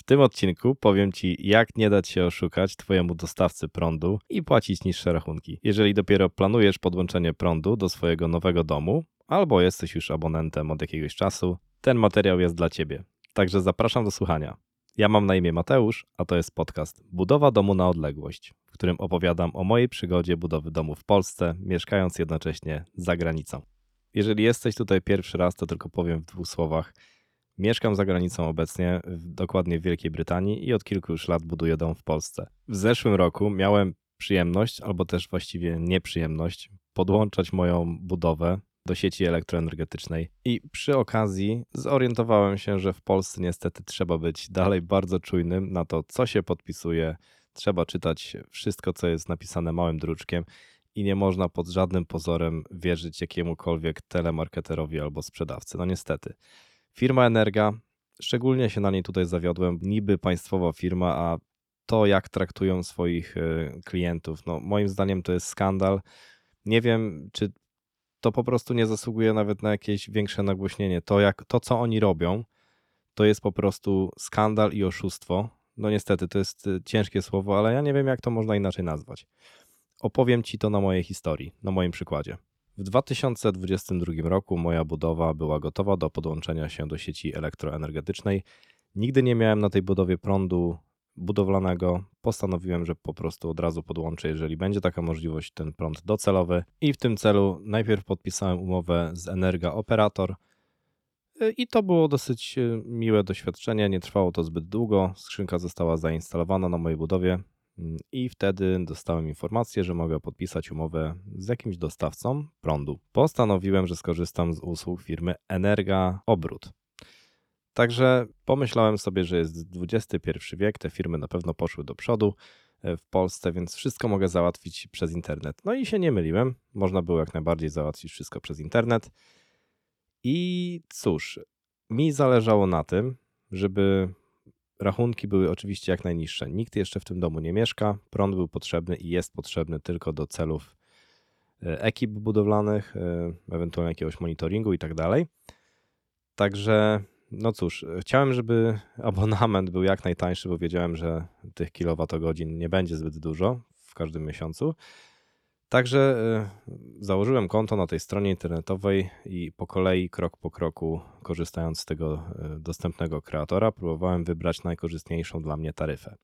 W tym odcinku powiem Ci, jak nie dać się oszukać Twojemu dostawcy prądu i płacić niższe rachunki. Jeżeli dopiero planujesz podłączenie prądu do swojego nowego domu, albo jesteś już abonentem od jakiegoś czasu, ten materiał jest dla Ciebie. Także zapraszam do słuchania. Ja mam na imię Mateusz, a to jest podcast Budowa domu na odległość, w którym opowiadam o mojej przygodzie budowy domu w Polsce, mieszkając jednocześnie za granicą. Jeżeli jesteś tutaj pierwszy raz, to tylko powiem w 2 słowach. Mieszkam za granicą obecnie, dokładnie w Wielkiej Brytanii i od kilku już lat buduję dom w Polsce. W zeszłym roku miałem przyjemność, albo też właściwie nieprzyjemność, podłączać moją budowę do sieci elektroenergetycznej i przy okazji zorientowałem się, że w Polsce niestety trzeba być dalej bardzo czujnym na to, co się podpisuje. Trzeba czytać wszystko, co jest napisane małym druczkiem i nie można pod żadnym pozorem wierzyć jakiemukolwiek telemarketerowi albo sprzedawcy. No niestety. Firma Energa, szczególnie się na niej tutaj zawiodłem, niby państwowa firma, a to jak traktują swoich klientów, no moim zdaniem to jest skandal. Nie wiem, czy to po prostu nie zasługuje nawet na jakieś większe nagłośnienie. To co oni robią, to jest po prostu skandal i oszustwo. No niestety, to jest ciężkie słowo, ale ja nie wiem, jak to można inaczej nazwać. Opowiem Ci to na mojej historii, na moim przykładzie. W 2022 roku moja budowa była gotowa do podłączenia się do sieci elektroenergetycznej. Nigdy nie miałem na tej budowie prądu budowlanego. Postanowiłem, że po prostu od razu podłączę, jeżeli będzie taka możliwość, ten prąd docelowy. I w tym celu najpierw podpisałem umowę z Energa Operator. I to było dosyć miłe doświadczenie, nie trwało to zbyt długo. Skrzynka została zainstalowana na mojej budowie. I wtedy dostałem informację, że mogę podpisać umowę z jakimś dostawcą prądu. Postanowiłem, że skorzystam z usług firmy Energa Obrót. Także pomyślałem sobie, że jest XXI wiek, te firmy na pewno poszły do przodu w Polsce, więc wszystko mogę załatwić przez internet. No i się nie myliłem, można było jak najbardziej załatwić wszystko przez internet. I cóż, mi zależało na tym, żeby rachunki były oczywiście jak najniższe. Nikt jeszcze w tym domu nie mieszka. Prąd był potrzebny i jest potrzebny tylko do celów ekip budowlanych, ewentualnie jakiegoś monitoringu i tak dalej. Także, no cóż, chciałem, żeby abonament był jak najtańszy, bo wiedziałem, że tych kilowatogodzin nie będzie zbyt dużo w każdym miesiącu. Także założyłem konto na tej stronie internetowej i po kolei, krok po kroku, korzystając z tego dostępnego kreatora, próbowałem wybrać najkorzystniejszą dla mnie taryfę.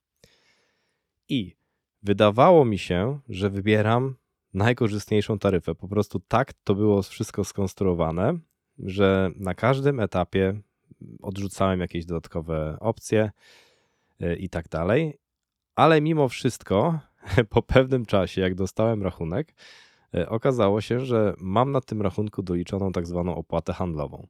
I wydawało mi się, że wybieram najkorzystniejszą taryfę. Po prostu tak to było wszystko skonstruowane, że na każdym etapie odrzucałem jakieś dodatkowe opcje i tak dalej. Ale mimo wszystko, po pewnym czasie, jak dostałem rachunek, okazało się, że mam na tym rachunku doliczoną tak zwaną opłatę handlową.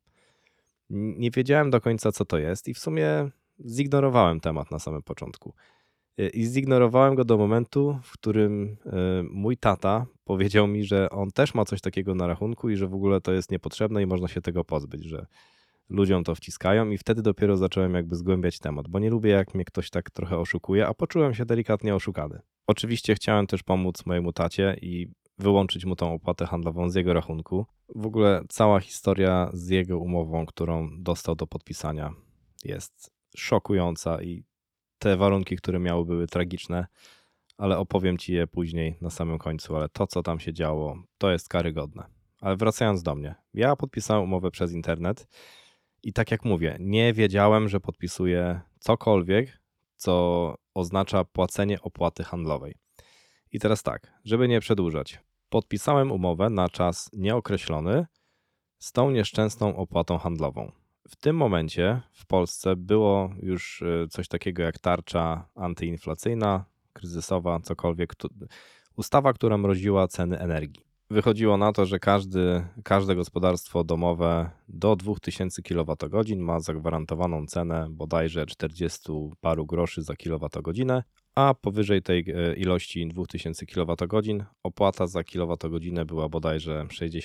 Nie wiedziałem do końca, co to jest i w sumie zignorowałem temat na samym początku. I zignorowałem go do momentu, w którym mój tata powiedział mi, że on też ma coś takiego na rachunku i że w ogóle to jest niepotrzebne i można się tego pozbyć, że ludziom to wciskają i wtedy dopiero zacząłem jakby zgłębiać temat, bo nie lubię, jak mnie ktoś tak trochę oszukuje, a poczułem się delikatnie oszukany. Oczywiście chciałem też pomóc mojemu tacie i wyłączyć mu tą opłatę handlową z jego rachunku. W ogóle cała historia z jego umową, którą dostał do podpisania, jest szokująca i te warunki, które miały, były tragiczne, ale opowiem Ci je później na samym końcu, ale to, co tam się działo, to jest karygodne. Ale wracając do mnie, ja podpisałem umowę przez internet i tak jak mówię, nie wiedziałem, że podpisuję cokolwiek, co oznacza płacenie opłaty handlowej. I teraz tak, żeby nie przedłużać, podpisałem umowę na czas nieokreślony z tą nieszczęsną opłatą handlową. W tym momencie w Polsce było już coś takiego jak tarcza antyinflacyjna, kryzysowa, cokolwiek, ustawa, która mroziła ceny energii. Wychodziło na to, że każde gospodarstwo domowe do 2000 kWh ma zagwarantowaną cenę bodajże 40 paru groszy za kilowatogodzinę, a powyżej tej ilości 2000 kWh opłata za kilowatogodzinę była bodajże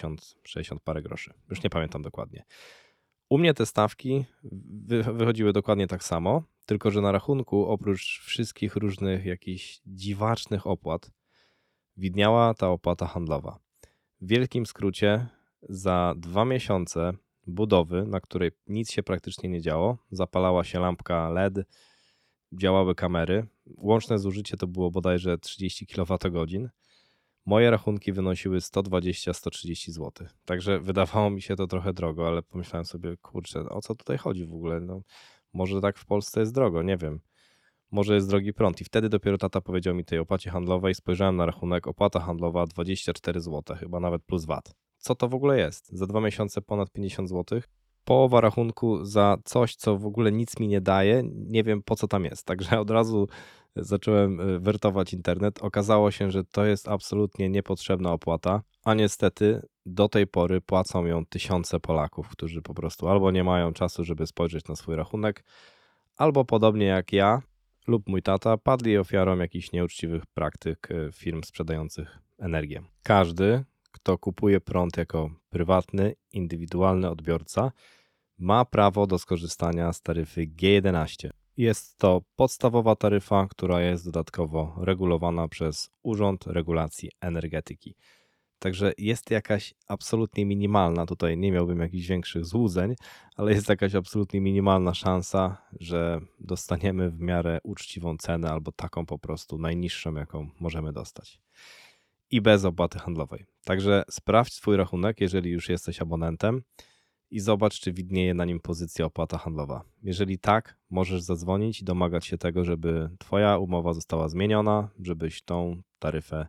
60 parę groszy. Już nie pamiętam dokładnie. U mnie te stawki wychodziły dokładnie tak samo, tylko że na rachunku oprócz wszystkich różnych jakichś dziwacznych opłat widniała ta opłata handlowa. W wielkim skrócie za 2 miesiące budowy, na której nic się praktycznie nie działo, zapalała się lampka LED działały kamery. Łączne zużycie to było bodajże 30 kWh. Moje rachunki wynosiły 120-130 zł. Także wydawało mi się to trochę drogo, ale pomyślałem sobie, kurczę, o co tutaj chodzi w ogóle? No, może tak w Polsce jest drogo, nie wiem. Może jest drogi prąd. I wtedy dopiero tata powiedział mi tej opłacie handlowej, spojrzałem na rachunek, opłata handlowa 24 zł, chyba nawet plus VAT. Co to w ogóle jest? Za 2 miesiące ponad 50 zł? Połowa rachunku za coś, co w ogóle nic mi nie daje, nie wiem po co tam jest. Także od razu zacząłem wertować internet. Okazało się, że to jest absolutnie niepotrzebna opłata, a niestety do tej pory płacą ją tysiące Polaków, którzy po prostu albo nie mają czasu, żeby spojrzeć na swój rachunek, albo podobnie jak ja lub mój tata padli ofiarą jakichś nieuczciwych praktyk firm sprzedających energię. Każdy, kto kupuje prąd jako prywatny, indywidualny odbiorca, ma prawo do skorzystania z taryfy G11. Jest to podstawowa taryfa, która jest dodatkowo regulowana przez Urząd Regulacji Energetyki. Także jest jakaś absolutnie minimalna, tutaj nie miałbym jakichś większych złudzeń, ale jest jakaś absolutnie minimalna szansa, że dostaniemy w miarę uczciwą cenę albo taką po prostu najniższą, jaką możemy dostać. I bez opłaty handlowej. Także sprawdź swój rachunek, jeżeli już jesteś abonentem i zobacz, czy widnieje na nim pozycja opłata handlowa. Jeżeli tak, możesz zadzwonić i domagać się tego, żeby twoja umowa została zmieniona, żebyś tą taryfę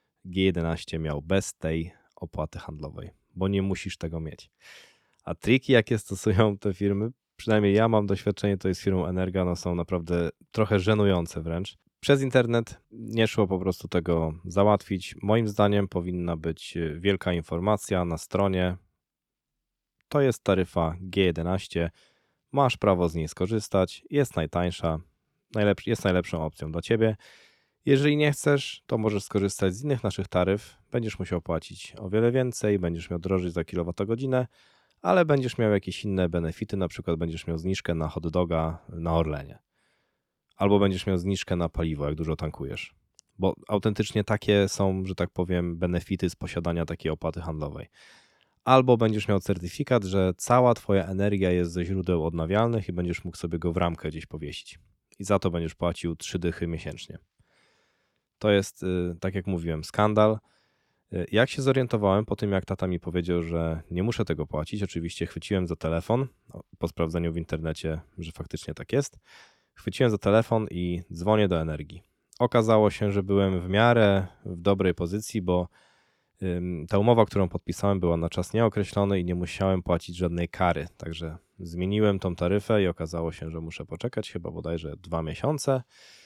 G11 miał bez tej opłaty handlowej, bo nie musisz tego mieć. A triki, jakie stosują te firmy, przynajmniej ja mam doświadczenie, to jest firmą Energa, no są naprawdę trochę żenujące wręcz. Przez internet nie szło po prostu tego załatwić. Moim zdaniem powinna być wielka informacja na stronie. To jest taryfa G11, masz prawo z niej skorzystać, jest najtańsza, jest najlepszą opcją dla Ciebie. Jeżeli nie chcesz, to możesz skorzystać z innych naszych taryf. Będziesz musiał płacić o wiele więcej, będziesz miał drożej za kilowatogodzinę, ale będziesz miał jakieś inne benefity, na przykład będziesz miał zniżkę na hot doga na Orlenie. Albo będziesz miał zniżkę na paliwo, jak dużo tankujesz. Bo autentycznie takie są, że tak powiem, benefity z posiadania takiej opłaty handlowej. Albo będziesz miał certyfikat, że cała twoja energia jest ze źródeł odnawialnych i będziesz mógł sobie go w ramkę gdzieś powiesić. I za to będziesz płacił 3 dychy miesięcznie. To jest, tak jak mówiłem, skandal. Jak się zorientowałem po tym, jak tata mi powiedział, że nie muszę tego płacić, oczywiście chwyciłem za telefon, po sprawdzeniu w internecie, że faktycznie tak jest, chwyciłem za telefon i dzwonię do Energii. Okazało się, że byłem w miarę w dobrej pozycji, bo ta umowa, którą podpisałem, była na czas nieokreślony i nie musiałem płacić żadnej kary. Także zmieniłem tą taryfę i okazało się, że muszę poczekać chyba bodajże 2 miesiące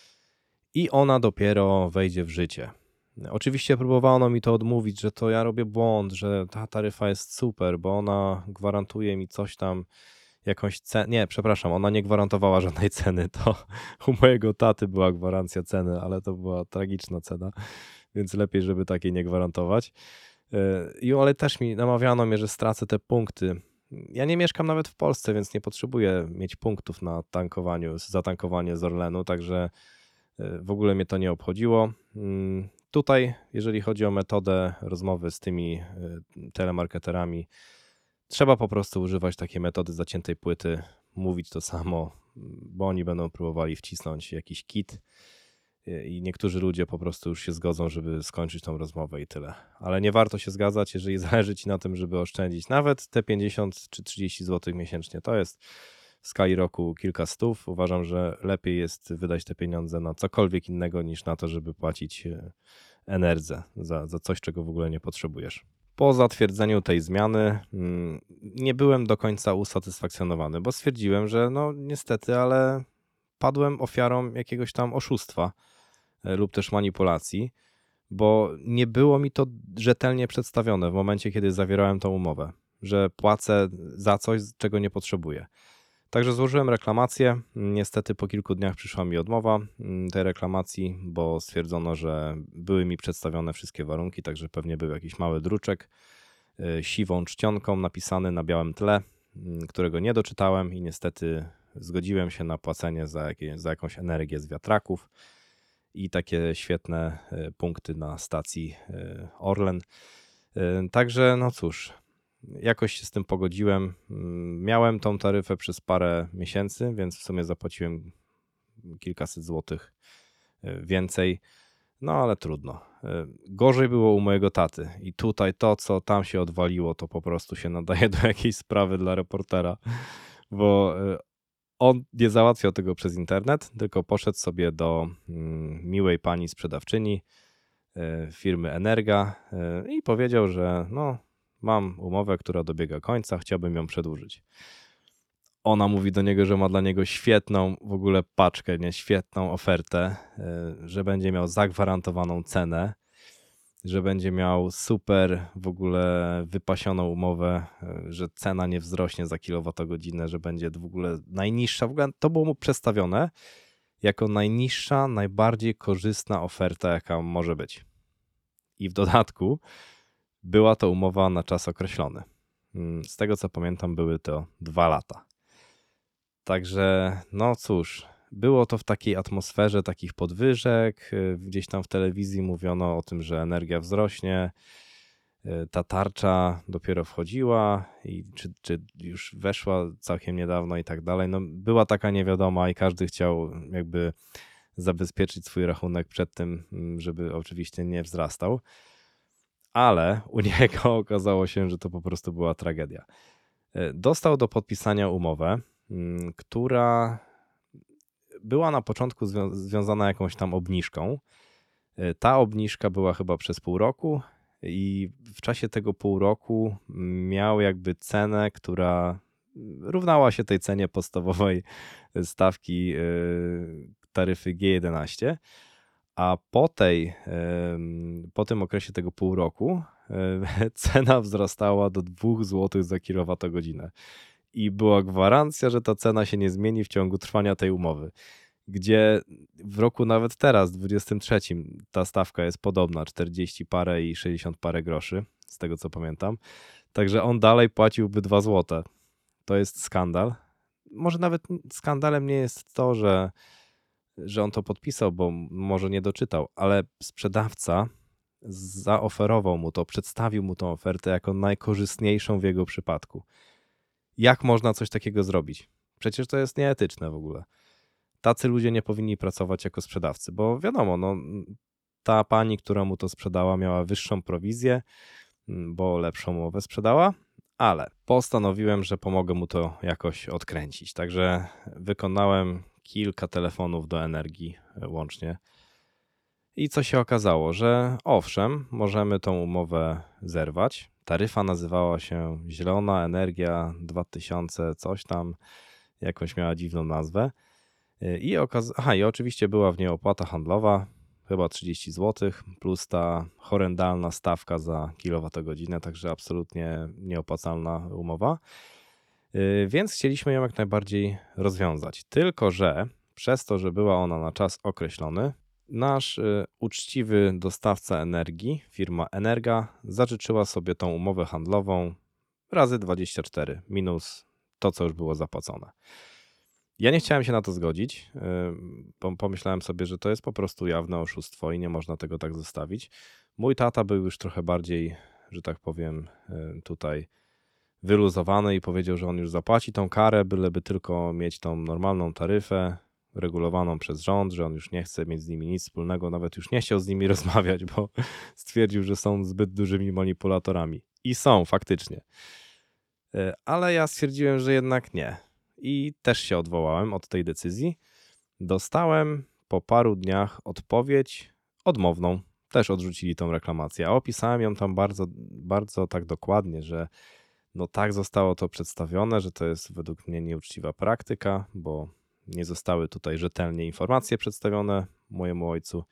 i ona dopiero wejdzie w życie. Oczywiście próbowano mi to odmówić, że to ja robię błąd, że ta taryfa jest super, bo ona gwarantuje mi coś tam, jakąś cenę. Nie, przepraszam, ona nie gwarantowała żadnej ceny. To u mojego taty była gwarancja ceny, ale to była tragiczna cena, więc lepiej, żeby takiej nie gwarantować. Ale też namawiano mnie, że stracę te punkty. Ja nie mieszkam nawet w Polsce, więc nie potrzebuję mieć punktów na tankowaniu, zatankowanie z Orlenu, także w ogóle mnie to nie obchodziło. Tutaj, jeżeli chodzi o metodę rozmowy z tymi telemarketerami, trzeba po prostu używać takiej metody zaciętej płyty, mówić to samo, bo oni będą próbowali wcisnąć jakiś kit i niektórzy ludzie po prostu już się zgodzą, żeby skończyć tą rozmowę i tyle. Ale nie warto się zgadzać, jeżeli zależy Ci na tym, żeby oszczędzić nawet te 50 czy 30 zł miesięcznie. To jest w skali roku kilka stów. Uważam, że lepiej jest wydać te pieniądze na cokolwiek innego niż na to, żeby płacić Enerdze za coś, czego w ogóle nie potrzebujesz. Po zatwierdzeniu tej zmiany nie byłem do końca usatysfakcjonowany, bo stwierdziłem, że no niestety, ale padłem ofiarą jakiegoś tam oszustwa lub też manipulacji, bo nie było mi to rzetelnie przedstawione w momencie, kiedy zawierałem tą umowę, że płacę za coś, czego nie potrzebuję. Także złożyłem reklamację. Niestety po kilku dniach przyszła mi odmowa tej reklamacji, bo stwierdzono, że były mi przedstawione wszystkie warunki, także pewnie był jakiś mały druczek siwą czcionką napisany na białym tle, którego nie doczytałem i niestety zgodziłem się na płacenie za jakąś energię z wiatraków i takie świetne punkty na stacji Orlen. Także no cóż, jakoś się z tym pogodziłem. Miałem tą taryfę przez parę miesięcy, więc w sumie zapłaciłem kilkaset złotych więcej. No ale trudno. Gorzej było u mojego taty i tutaj to, co tam się odwaliło, to po prostu się nadaje do jakiejś sprawy dla reportera, bo on nie załatwiał tego przez internet, tylko poszedł sobie do miłej pani sprzedawczyni firmy Energa i powiedział, że no, mam umowę, która dobiega końca, chciałbym ją przedłużyć. Ona mówi do niego, że ma dla niego świetną w ogóle paczkę, nie, świetną ofertę, że będzie miał zagwarantowaną cenę, że będzie miał super w ogóle wypasioną umowę, że cena nie wzrośnie za kilowatogodzinę, że będzie w ogóle najniższa. W ogóle to było mu przedstawione jako najniższa, najbardziej korzystna oferta, jaka może być. I w dodatku była to umowa na czas określony. Z tego co pamiętam, były to 2 lata. Także no cóż, było to w takiej atmosferze takich podwyżek. Gdzieś tam w telewizji mówiono o tym, że energia wzrośnie. Ta tarcza dopiero wchodziła i czy już weszła całkiem niedawno i tak dalej. No, była taka niewiadoma i każdy chciał jakby zabezpieczyć swój rachunek przed tym, żeby oczywiście nie wzrastał. Ale u niego okazało się, że to po prostu była tragedia. Dostał do podpisania umowę, która była na początku związana jakąś tam obniżką. Ta obniżka była chyba przez pół roku i w czasie tego pół roku miał jakby cenę, która równała się tej cenie podstawowej stawki taryfy G11, a po tym okresie tego pół roku cena wzrastała do 2 zł za kilowatogodzinę. I była gwarancja, że ta cena się nie zmieni w ciągu trwania tej umowy, gdzie w roku nawet teraz, 23, ta stawka jest podobna, 40 parę i 60 parę groszy, z tego co pamiętam. Także on dalej płaciłby 2 zł. To jest skandal. Może nawet skandalem nie jest to, że on to podpisał, bo może nie doczytał, ale sprzedawca zaoferował mu to, przedstawił mu tą ofertę jako najkorzystniejszą w jego przypadku. Jak można coś takiego zrobić? Przecież to jest nieetyczne w ogóle. Tacy ludzie nie powinni pracować jako sprzedawcy, bo wiadomo, no, ta pani, która mu to sprzedała, miała wyższą prowizję, bo lepszą umowę sprzedała, ale postanowiłem, że pomogę mu to jakoś odkręcić. Także wykonałem kilka telefonów do Energii łącznie. I co się okazało, że owszem, możemy tą umowę zerwać. Taryfa nazywała się Zielona Energia 2000, coś tam, jakąś miała dziwną nazwę. I oczywiście była w niej opłata handlowa, chyba 30 zł, plus ta horrendalna stawka za kilowatogodzinę, także absolutnie nieopłacalna umowa. Więc chcieliśmy ją jak najbardziej rozwiązać. Tylko że przez to, że była ona na czas określony, nasz uczciwy dostawca energii, firma Energa, zażyczyła sobie tą umowę handlową razy 24 minus to, co już było zapłacone. Ja nie chciałem się na to zgodzić. Pomyślałem sobie, że to jest po prostu jawne oszustwo i nie można tego tak zostawić. Mój tata był już trochę bardziej, że tak powiem, tutaj wyluzowany i powiedział, że on już zapłaci tą karę, byleby tylko mieć tą normalną taryfę regulowaną przez rząd, że on już nie chce mieć z nimi nic wspólnego, nawet już nie chciał z nimi rozmawiać, bo stwierdził, że są zbyt dużymi manipulatorami. I są, faktycznie. Ale ja stwierdziłem, że jednak nie. I też się odwołałem od tej decyzji. Dostałem po paru dniach odpowiedź odmowną. Też odrzucili tą reklamację. A opisałem ją tam bardzo, bardzo tak dokładnie, że no tak zostało to przedstawione, że to jest według mnie nieuczciwa praktyka, bo nie zostały tutaj rzetelnie informacje przedstawione mojemu ojcu.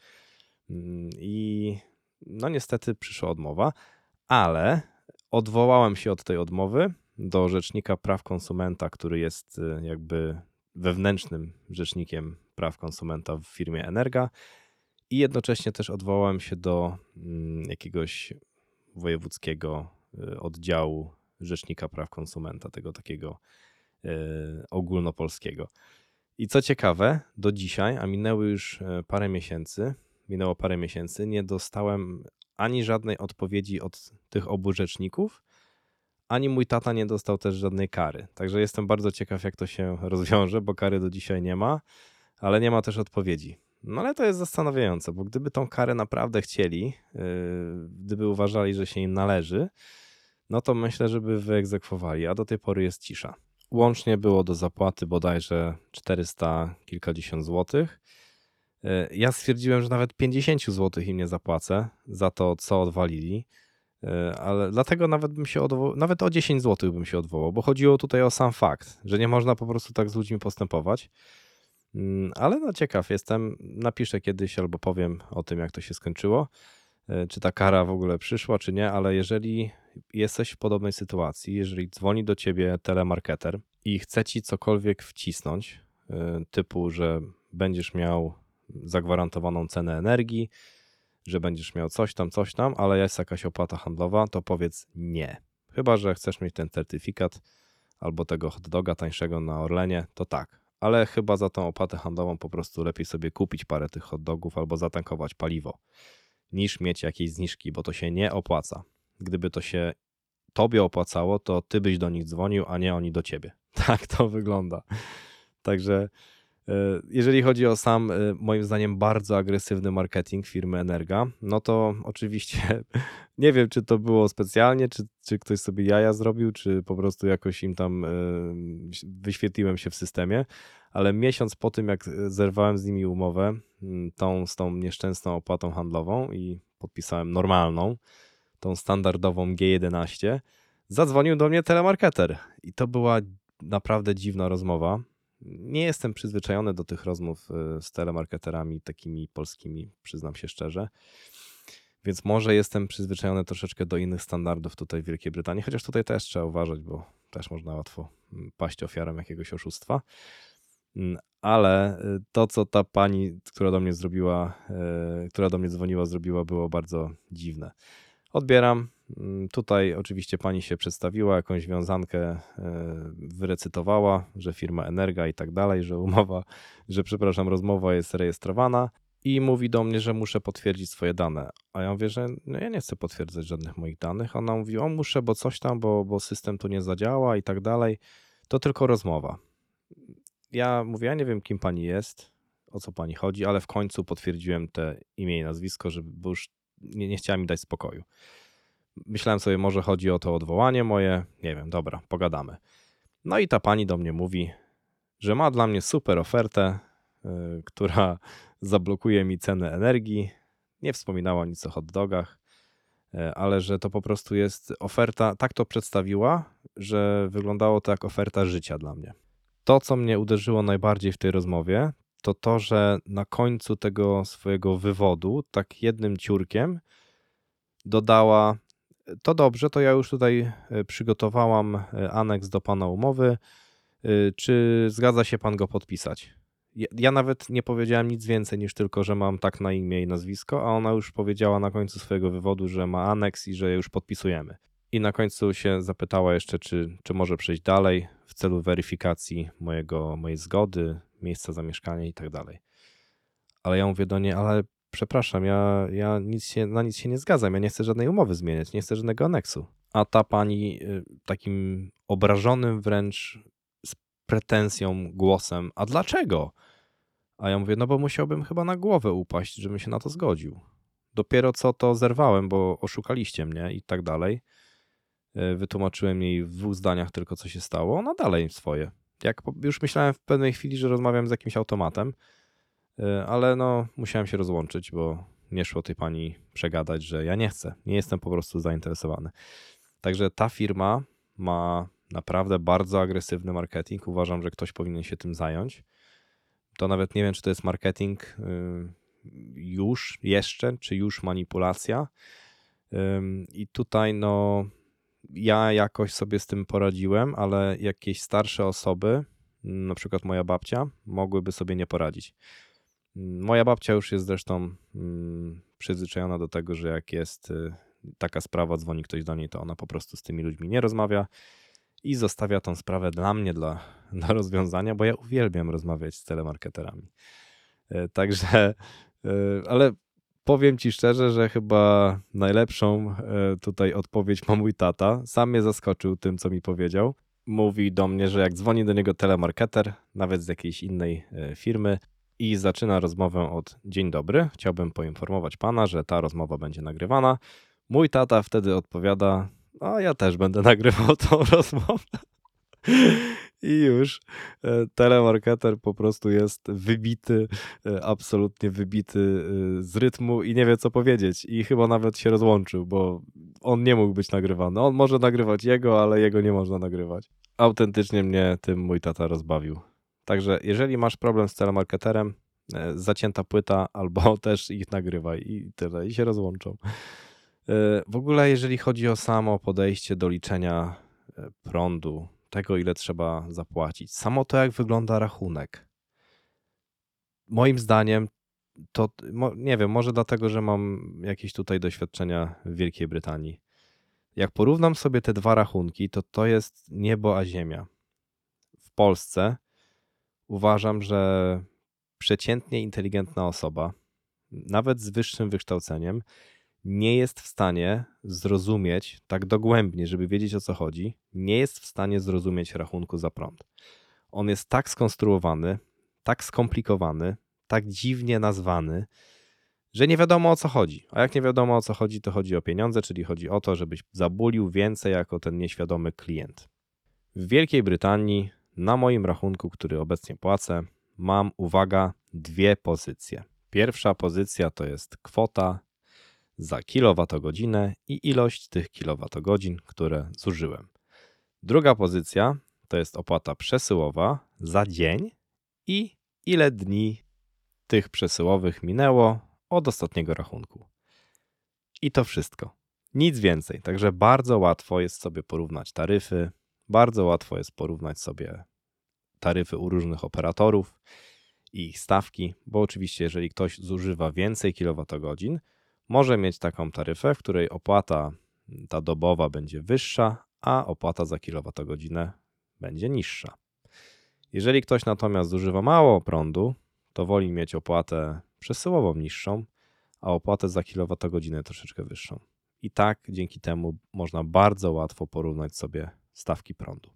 I no niestety przyszła odmowa, ale odwołałem się od tej odmowy do Rzecznika Praw Konsumenta, który jest jakby wewnętrznym rzecznikiem praw konsumenta w firmie Energa i jednocześnie też odwołałem się do jakiegoś wojewódzkiego oddziału Rzecznika Praw Konsumenta, tego takiego ogólnopolskiego. I co ciekawe, do dzisiaj, a minęło parę miesięcy, nie dostałem ani żadnej odpowiedzi od tych obu rzeczników, ani mój tata nie dostał też żadnej kary. Także jestem bardzo ciekaw, jak to się rozwiąże, bo kary do dzisiaj nie ma, ale nie ma też odpowiedzi. No ale to jest zastanawiające, bo gdyby tą karę naprawdę chcieli, gdyby uważali, że się im należy, no to myślę, że by wyegzekwowali, a do tej pory jest cisza. Łącznie było do zapłaty bodajże 400 kilkadziesiąt złotych. Ja stwierdziłem, że nawet 50 złotych im nie zapłacę za to, co odwalili, ale dlatego nawet bym się odwołał, nawet o 10 złotych bym się odwołał, bo chodziło tutaj o sam fakt, że nie można po prostu tak z ludźmi postępować. Ale no ciekaw jestem, napiszę kiedyś albo powiem o tym, jak to się skończyło, czy ta kara w ogóle przyszła, czy nie, ale jeżeli jesteś w podobnej sytuacji, jeżeli dzwoni do ciebie telemarketer i chce ci cokolwiek wcisnąć, typu, że będziesz miał zagwarantowaną cenę energii, że będziesz miał coś tam, ale jest jakaś opłata handlowa, to powiedz nie. Chyba że chcesz mieć ten certyfikat albo tego hot doga tańszego na Orlenie, to tak. Ale chyba za tą opłatę handlową po prostu lepiej sobie kupić parę tych hot dogów albo zatankować paliwo, niż mieć jakieś zniżki, bo to się nie opłaca. Gdyby to się tobie opłacało, to ty byś do nich dzwonił, a nie oni do ciebie. Tak to wygląda. Także jeżeli chodzi o sam, moim zdaniem, bardzo agresywny marketing firmy Energa, no to oczywiście nie wiem, czy to było specjalnie, czy ktoś sobie jaja zrobił, czy po prostu jakoś im tam wyświetliłem się w systemie, ale miesiąc po tym, jak zerwałem z nimi umowę, z tą nieszczęsną opłatą handlową i podpisałem normalną, tą standardową G11, zadzwonił do mnie telemarketer i to była naprawdę dziwna rozmowa. Nie jestem przyzwyczajony do tych rozmów z telemarketerami takimi polskimi, przyznam się szczerze. Więc może jestem przyzwyczajony troszeczkę do innych standardów tutaj w Wielkiej Brytanii, chociaż tutaj też trzeba uważać, bo też można łatwo paść ofiarą jakiegoś oszustwa. Ale to, co ta pani, która do mnie dzwoniła, zrobiła, było bardzo dziwne. Odbieram. Tutaj oczywiście pani się przedstawiła, jakąś wiązankę wyrecytowała, że firma Energa i tak dalej, że rozmowa jest rejestrowana i mówi do mnie, że muszę potwierdzić swoje dane. A ja mówię, że no ja nie chcę potwierdzać żadnych moich danych. Ona mówi, o muszę, bo coś tam, bo system tu nie zadziała i tak dalej. To tylko rozmowa. Ja mówię, ja nie wiem, kim pani jest, o co pani chodzi, ale w końcu potwierdziłem te imię i nazwisko, bo już nie chciała mi dać spokoju. Myślałem sobie, może chodzi o to odwołanie moje, nie wiem, dobra, pogadamy. No i ta pani do mnie mówi, że ma dla mnie super ofertę, która zablokuje mi cenę energii. Nie wspominała nic o hot dogach, ale że to po prostu jest oferta, tak to przedstawiła, że wyglądało to jak oferta życia dla mnie. To, co mnie uderzyło najbardziej w tej rozmowie, to to, że na końcu tego swojego wywodu, tak jednym ciurkiem, dodała: to dobrze, to ja już tutaj przygotowałam aneks do pana umowy. Czy zgadza się pan go podpisać? Ja nawet nie powiedziałem nic więcej niż tylko, że mam tak na imię i nazwisko, a ona już powiedziała na końcu swojego wywodu, że ma aneks i że już podpisujemy. I na końcu się zapytała jeszcze, czy może przejść dalej w celu weryfikacji mojej zgody, miejsca zamieszkania i tak dalej. Ale ja mówię do niej, ale przepraszam, ja na nic się nie zgadzam, ja nie chcę żadnej umowy zmieniać, nie chcę żadnego aneksu. A ta pani takim obrażonym wręcz z pretensją głosem, a dlaczego? A ja mówię, no bo musiałbym chyba na głowę upaść, żebym się na to zgodził. Dopiero co to zerwałem, bo oszukaliście mnie i tak dalej. Wytłumaczyłem jej w 2 zdaniach tylko, co się stało. Ona dalej swoje. Już myślałem w pewnej chwili, że rozmawiam z jakimś automatem, ale no musiałem się rozłączyć, bo nie szło tej pani przegadać, że ja nie chcę. Nie jestem po prostu zainteresowany. Także ta firma ma naprawdę bardzo agresywny marketing. Uważam, że ktoś powinien się tym zająć. To nawet nie wiem, czy to jest marketing czy już manipulacja. I tutaj no ja jakoś sobie z tym poradziłem, ale jakieś starsze osoby, na przykład moja babcia, mogłyby sobie nie poradzić. Moja babcia już jest zresztą przyzwyczajona do tego, że jak jest taka sprawa, dzwoni ktoś do niej, to ona po prostu z tymi ludźmi nie rozmawia i zostawia tą sprawę dla mnie, dla rozwiązania, bo ja uwielbiam rozmawiać z telemarketerami. Także, ale powiem ci szczerze, że chyba najlepszą tutaj odpowiedź ma mój tata. Sam mnie zaskoczył tym, co mi powiedział. Mówi do mnie, że jak dzwoni do niego telemarketer, nawet z jakiejś innej firmy, i zaczyna rozmowę od dzień dobry, chciałbym poinformować pana, że ta rozmowa będzie nagrywana. Mój tata wtedy odpowiada, no ja też będę nagrywał tą rozmowę. I już telemarketer po prostu jest wybity, absolutnie wybity z rytmu i nie wie co powiedzieć. I chyba nawet się rozłączył, bo on nie mógł być nagrywany. On może nagrywać jego, ale jego nie można nagrywać. Autentycznie mnie tym mój tata rozbawił. Także jeżeli masz problem z telemarketerem, zacięta płyta albo też ich nagrywaj i tyle, i się rozłączą. W ogóle jeżeli chodzi o samo podejście do liczenia prądu, tego ile trzeba zapłacić, samo to jak wygląda rachunek. Moim zdaniem to, nie wiem, może dlatego, że mam jakieś tutaj doświadczenia w Wielkiej Brytanii. Jak porównam sobie te dwa rachunki, to jest niebo a ziemia. W Polsce uważam, że przeciętnie inteligentna osoba, nawet z wyższym wykształceniem, nie jest w stanie zrozumieć tak dogłębnie, żeby wiedzieć o co chodzi, nie jest w stanie zrozumieć rachunku za prąd. On jest tak skonstruowany, tak skomplikowany, tak dziwnie nazwany, że nie wiadomo o co chodzi. A jak nie wiadomo o co chodzi, to chodzi o pieniądze, czyli chodzi o to, żebyś zabulił więcej jako ten nieświadomy klient. W Wielkiej Brytanii na moim rachunku, który obecnie płacę, mam, uwaga, dwie pozycje. Pierwsza pozycja to jest kwota za kilowatogodzinę i ilość tych kilowatogodzin, które zużyłem. Druga pozycja to jest opłata przesyłowa za dzień i ile dni tych przesyłowych minęło od ostatniego rachunku. I to wszystko. Nic więcej. Także bardzo łatwo jest sobie porównać taryfy, bardzo łatwo jest porównać sobie taryfy u różnych operatorów i ich stawki, bo oczywiście jeżeli ktoś zużywa więcej kilowatogodzin, może mieć taką taryfę, w której opłata ta dobowa będzie wyższa, a opłata za kilowatogodzinę będzie niższa. Jeżeli ktoś natomiast zużywa mało prądu, to woli mieć opłatę przesyłową niższą, a opłatę za kilowatogodzinę troszeczkę wyższą. I tak dzięki temu można bardzo łatwo porównać sobie stawki prądu.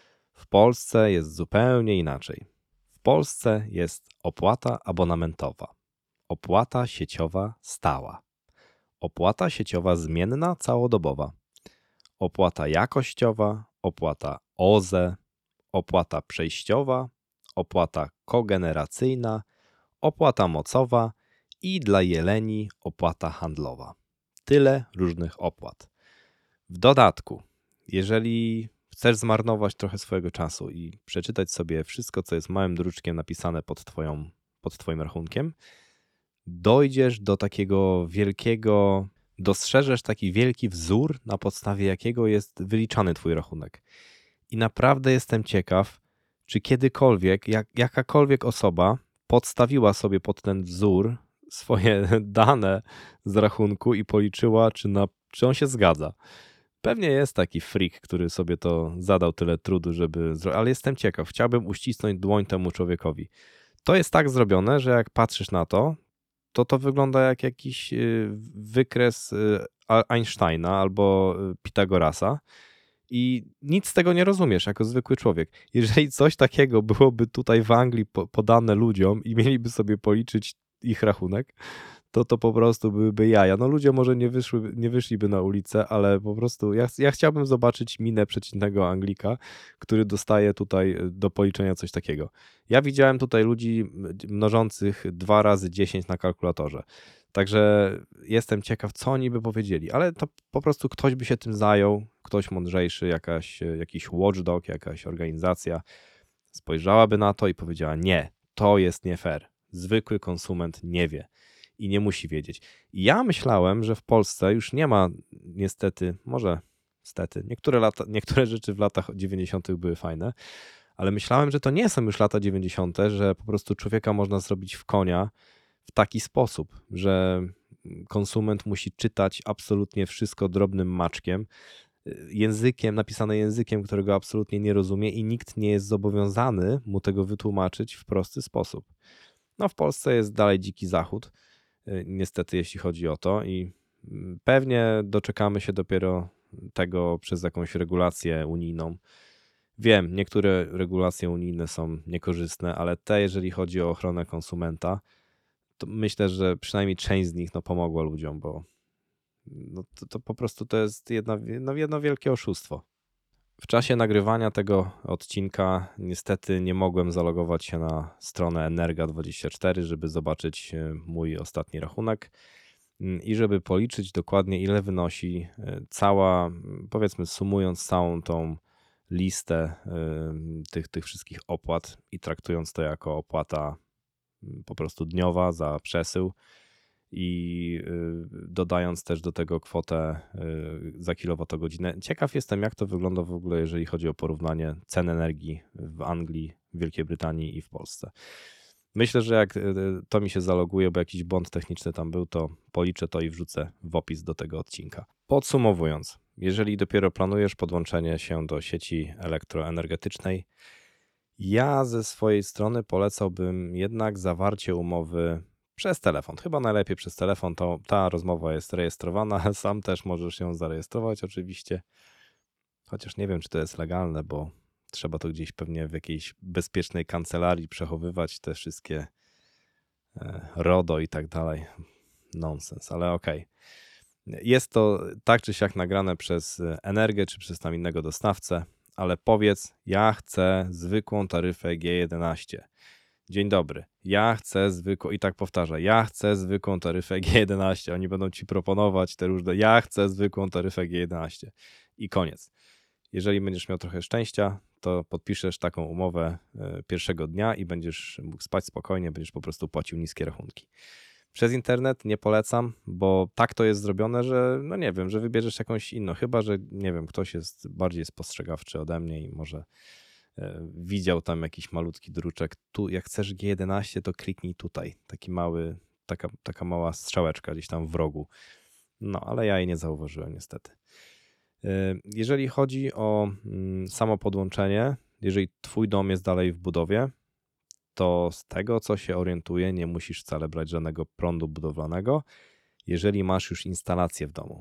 W Polsce jest zupełnie inaczej. W Polsce jest opłata abonamentowa, opłata sieciowa stała, opłata sieciowa zmienna całodobowa, opłata jakościowa, opłata OZE, opłata przejściowa, opłata kogeneracyjna, opłata mocowa i dla jeleni opłata handlowa. Tyle różnych opłat. W dodatku, jeżeli chcesz zmarnować trochę swojego czasu i przeczytać sobie wszystko, co jest małym druczkiem napisane pod twoim rachunkiem, dojdziesz do takiego wielkiego, dostrzeżesz taki wielki wzór, na podstawie jakiego jest wyliczany twój rachunek. I naprawdę jestem ciekaw, czy kiedykolwiek, jakakolwiek osoba podstawiła sobie pod ten wzór swoje dane z rachunku i policzyła, czy on się zgadza. Pewnie jest taki freak, który sobie to zadał tyle trudu, żeby zrobić, ale jestem ciekaw, chciałbym uścisnąć dłoń temu człowiekowi. To jest tak zrobione, że jak patrzysz na to wygląda jak jakiś wykres Einsteina albo Pitagorasa i nic z tego nie rozumiesz jako zwykły człowiek. Jeżeli coś takiego byłoby tutaj w Anglii podane ludziom i mieliby sobie policzyć ich rachunek, to po prostu byłyby jaja. No ludzie może nie wyszliby na ulicę, ale po prostu ja chciałbym zobaczyć minę przeciętnego Anglika, który dostaje tutaj do policzenia coś takiego. Ja widziałem tutaj ludzi mnożących 2 razy 10 na kalkulatorze. Także jestem ciekaw, co oni by powiedzieli, ale to po prostu ktoś by się tym zajął, ktoś mądrzejszy, jakiś watchdog, jakaś organizacja spojrzałaby na to i powiedziała: nie, to jest nie fair. Zwykły konsument nie wie i nie musi wiedzieć. I ja myślałem, że w Polsce już nie ma niestety, może stety, niektóre rzeczy w latach 90. były fajne, ale myślałem, że to nie są już lata 90., że po prostu człowieka można zrobić w konia w taki sposób, że konsument musi czytać absolutnie wszystko drobnym maczkiem, napisane językiem, którego absolutnie nie rozumie i nikt nie jest zobowiązany mu tego wytłumaczyć w prosty sposób. No w Polsce jest dalej dziki zachód, niestety jeśli chodzi o to i pewnie doczekamy się dopiero tego przez jakąś regulację unijną, Wiem, niektóre regulacje unijne są niekorzystne, ale te, jeżeli chodzi o ochronę konsumenta, to myślę, że przynajmniej część z nich pomogła ludziom, bo to po prostu to jest jedno wielkie oszustwo. W czasie nagrywania tego odcinka niestety nie mogłem zalogować się na stronę Energa24, żeby zobaczyć mój ostatni rachunek i żeby policzyć dokładnie, ile wynosi cała, powiedzmy sumując całą tą listę tych wszystkich opłat i traktując to jako opłata po prostu dniowa za przesył i dodając też do tego kwotę za kilowatogodzinę. Ciekaw jestem, jak to wygląda w ogóle, jeżeli chodzi o porównanie cen energii w Anglii, w Wielkiej Brytanii i w Polsce. Myślę, że jak to mi się zaloguje, bo jakiś błąd techniczny tam był, to policzę to i wrzucę w opis do tego odcinka. Podsumowując, jeżeli dopiero planujesz podłączenie się do sieci elektroenergetycznej, ja ze swojej strony polecałbym jednak zawarcie umowy przez telefon. Chyba najlepiej przez telefon, to ta rozmowa jest rejestrowana, ale sam też możesz ją zarejestrować oczywiście. Chociaż nie wiem, czy to jest legalne, bo trzeba to gdzieś pewnie w jakiejś bezpiecznej kancelarii przechowywać, te wszystkie RODO i tak dalej. Nonsens, ale okej. Jest to tak czy siak nagrane przez Energę czy przez tam innego dostawcę, ale powiedz, ja chcę zwykłą taryfę G11. Dzień dobry, ja chcę zwykłą, i tak powtarza, ja chcę zwykłą taryfę G11. Oni będą ci proponować te różne, ja chcę zwykłą taryfę G11. I koniec. Jeżeli będziesz miał trochę szczęścia, to podpiszesz taką umowę pierwszego dnia i będziesz mógł spać spokojnie, będziesz po prostu płacił niskie rachunki. Przez internet nie polecam, bo tak to jest zrobione, że no nie wiem, że wybierzesz jakąś inną, chyba że nie wiem, ktoś jest bardziej spostrzegawczy ode mnie i może widział tam jakiś malutki druczek. Tu jak chcesz G11, to kliknij tutaj. Taki mały, taka mała strzałeczka gdzieś tam w rogu. No, ale ja jej nie zauważyłem niestety. Jeżeli chodzi o samo podłączenie, jeżeli twój dom jest dalej w budowie, to z tego, co się orientuję, nie musisz wcale brać żadnego prądu budowlanego, jeżeli masz już instalację w domu.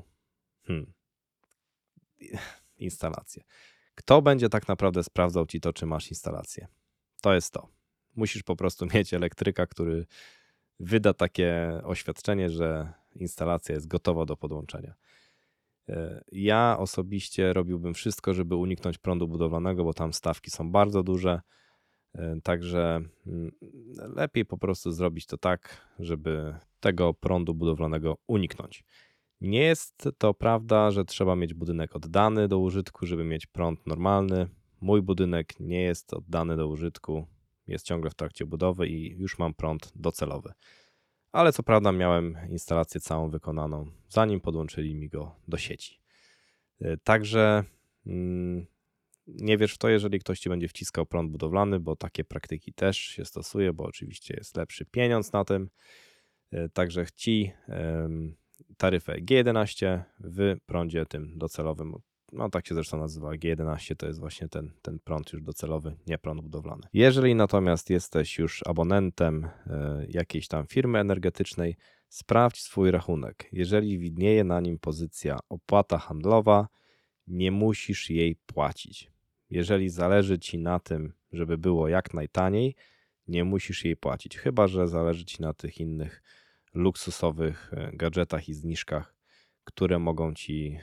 Instalację. Kto będzie tak naprawdę sprawdzał ci to, czy masz instalację? To jest to. Musisz po prostu mieć elektryka, który wyda takie oświadczenie, że instalacja jest gotowa do podłączenia. Ja osobiście robiłbym wszystko, żeby uniknąć prądu budowlanego, bo tam stawki są bardzo duże. Także lepiej po prostu zrobić to tak, żeby tego prądu budowlanego uniknąć. Nie jest to prawda, że trzeba mieć budynek oddany do użytku, żeby mieć prąd normalny. Mój budynek nie jest oddany do użytku, jest ciągle w trakcie budowy i już mam prąd docelowy. Ale co prawda miałem instalację całą wykonaną, zanim podłączyli mi go do sieci. Także nie wierz w to, jeżeli ktoś ci będzie wciskał prąd budowlany, bo takie praktyki też się stosuje, bo oczywiście jest lepszy pieniądz na tym. Także chci taryfę G11 w prądzie tym docelowym. No tak się zresztą nazywa. G11 to jest właśnie ten prąd już docelowy, nie prąd budowlany. Jeżeli natomiast jesteś już abonentem jakiejś tam firmy energetycznej, sprawdź swój rachunek. Jeżeli widnieje na nim pozycja opłata handlowa, nie musisz jej płacić. Jeżeli zależy ci na tym, żeby było jak najtaniej, nie musisz jej płacić. Chyba że zależy ci na tych innych luksusowych gadżetach i zniżkach, które mogą ci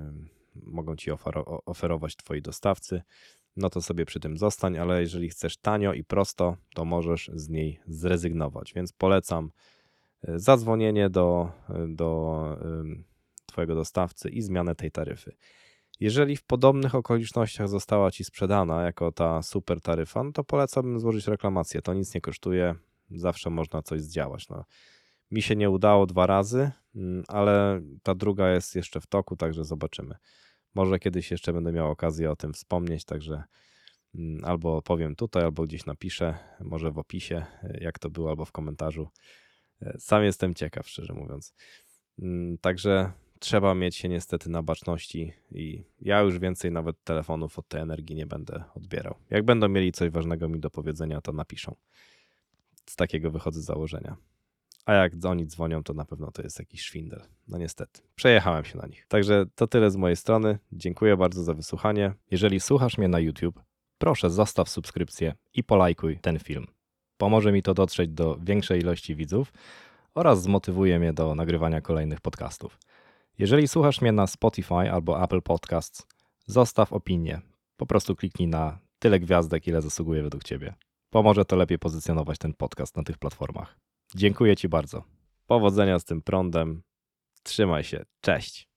oferować twoi dostawcy, no to sobie przy tym zostań, ale jeżeli chcesz tanio i prosto, to możesz z niej zrezygnować, więc polecam zadzwonienie do twojego dostawcy i zmianę tej taryfy. Jeżeli w podobnych okolicznościach została ci sprzedana jako ta super taryfa, no to polecałbym złożyć reklamację. To nic nie kosztuje, zawsze można coś zdziałać. No. Mi się nie udało 2 razy, ale ta druga jest jeszcze w toku, także zobaczymy. Może kiedyś jeszcze będę miał okazję o tym wspomnieć, także albo powiem tutaj, albo gdzieś napiszę, może w opisie, jak to było, albo w komentarzu. Sam jestem ciekaw, szczerze mówiąc. Także trzeba mieć się niestety na baczności i ja już więcej nawet telefonów od tej Energii nie będę odbierał. Jak będą mieli coś ważnego mi do powiedzenia, to napiszą. Z takiego wychodzę z założenia. A jak oni dzwonią, to na pewno to jest jakiś szwindel. No niestety, przejechałem się na nich. Także to tyle z mojej strony. Dziękuję bardzo za wysłuchanie. Jeżeli słuchasz mnie na YouTube, proszę zostaw subskrypcję i polajkuj ten film. Pomoże mi to dotrzeć do większej ilości widzów oraz zmotywuje mnie do nagrywania kolejnych podcastów. Jeżeli słuchasz mnie na Spotify albo Apple Podcasts, zostaw opinię. Po prostu kliknij na tyle gwiazdek, ile zasługuje według Ciebie. Pomoże to lepiej pozycjonować ten podcast na tych platformach. Dziękuję Ci bardzo. Powodzenia z tym prądem. Trzymaj się. Cześć.